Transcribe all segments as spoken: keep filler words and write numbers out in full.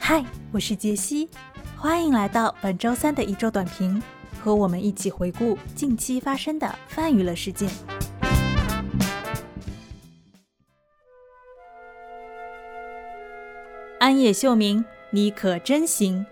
嗨，我是杰西，欢迎来到本周三的一周短评，和我们一起回顾近期发生的泛娱乐事件。安野秀明，你可真行！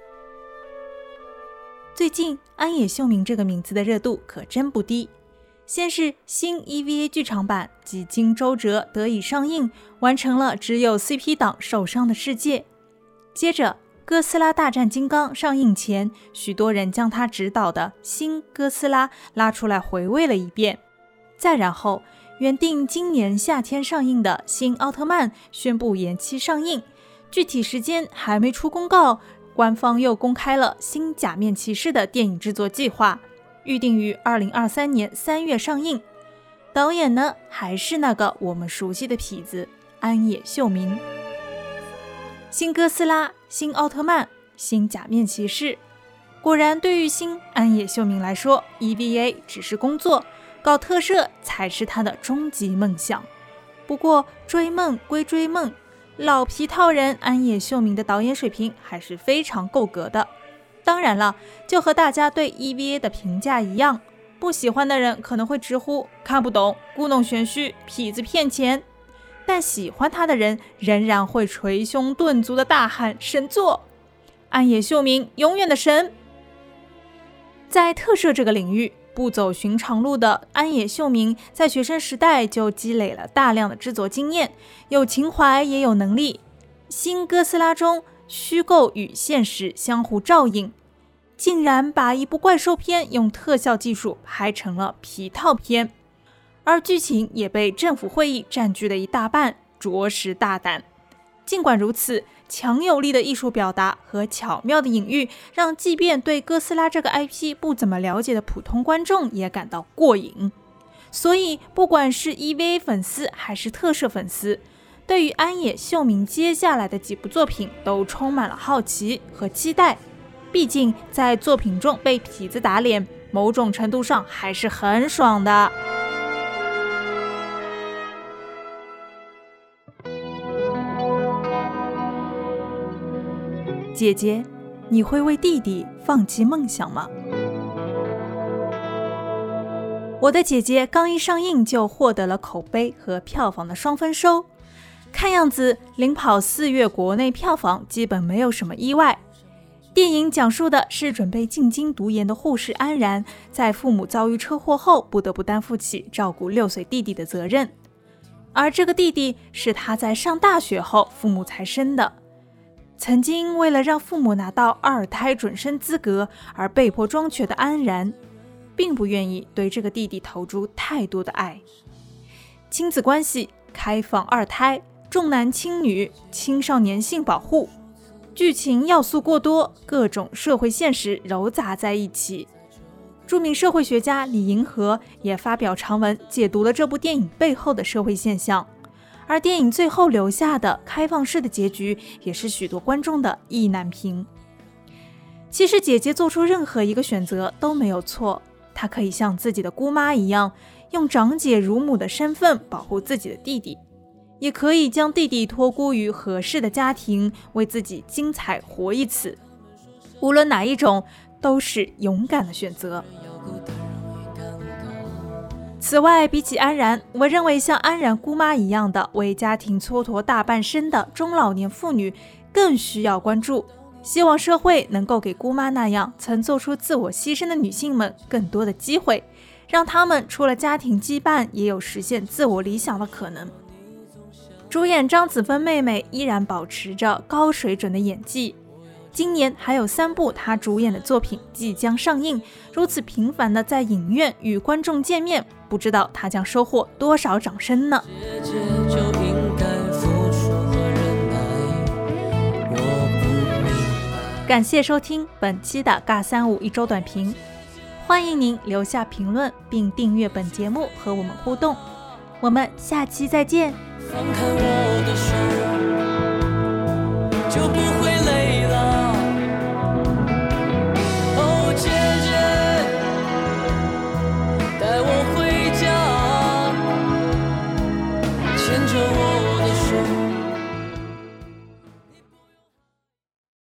最近安野秀明这个名字的热度可真不低。先是新 E V A 剧场版几经周折得以上映，完成了只有 C P 党受伤的世界。接着哥斯拉大战金刚上映前，许多人将他执导的新哥斯拉拉出来回味了一遍。再然后原定今年夏天上映的新奥特曼宣布延期上映，具体时间还没出公告，官方又公开了新假面骑士的电影制作计划，预定于二零二三年三月上映。导演呢，还是那个我们熟悉的痞子安野秀明。新哥斯拉、新奥特曼、新假面骑士，果然对于新安野秀明来说 E V A 只是工作，搞特摄才是他的终极梦想。不过追梦归追梦，老皮套人安野秀明的导演水平还是非常够格的。当然了，就和大家对 E V A 的评价一样，不喜欢的人可能会直呼看不懂、故弄玄虚、痞子骗钱，但喜欢他的人仍然会捶胸顿足的大喊神作，安野秀明永远的神。在特摄这个领域不走寻常路的安野秀明，在学生时代就积累了大量的制作经验，有情怀也有能力。新哥斯拉中虚构与现实相互照应，竟然把一部怪兽片用特效技术拍成了皮套片，而剧情也被政府会议占据了一大半，着实大胆。尽管如此，强有力的艺术表达和巧妙的隐喻，让即便对哥斯拉这个 I P 不怎么了解的普通观众也感到过瘾。所以不管是 E V A 粉丝还是特摄粉丝，对于安野秀明接下来的几部作品都充满了好奇和期待。毕竟在作品中被痞子打脸，某种程度上还是很爽的。姐姐，你会为弟弟放弃梦想吗？我的姐姐刚一上映就获得了口碑和票房的双丰收，看样子领跑四月国内票房基本没有什么意外。电影讲述的是准备进京读研的护士安然，在父母遭遇车祸后不得不担负起照顾六岁弟弟的责任，而这个弟弟是他在上大学后父母才生的。曾经为了让父母拿到二胎准生资格而被迫装瘸的安然，并不愿意对这个弟弟投注太多的爱。亲子关系、开放二胎、重男轻女、青少年性保护，剧情要素过多，各种社会现实糅杂在一起。著名社会学家李银河也发表长文解读了这部电影背后的社会现象，而电影最后留下的开放式的结局也是许多观众的意难平。其实姐姐做出任何一个选择都没有错，她可以像自己的姑妈一样，用长姐如母的身份保护自己的弟弟，也可以将弟弟托孤于合适的家庭，为自己精彩活一次。无论哪一种，都是勇敢的选择。此外，比起安然，我认为像安然姑妈一样的为家庭蹉跎大半生的中老年妇女更需要关注。希望社会能够给姑妈那样曾做出自我牺牲的女性们更多的机会，让她们除了家庭羁绊，也有实现自我理想的可能。主演张子枫妹妹依然保持着高水准的演技，今年还有三部她主演的作品即将上映，如此频繁的在影院与观众见面，不知道她将收获多少掌声呢？姐姐就应该付出和忍耐，我不明白。感谢收听本期的尬三五一周短评，欢迎您留下评论并订阅本节目和我们互动，我们下期再见。放开我的手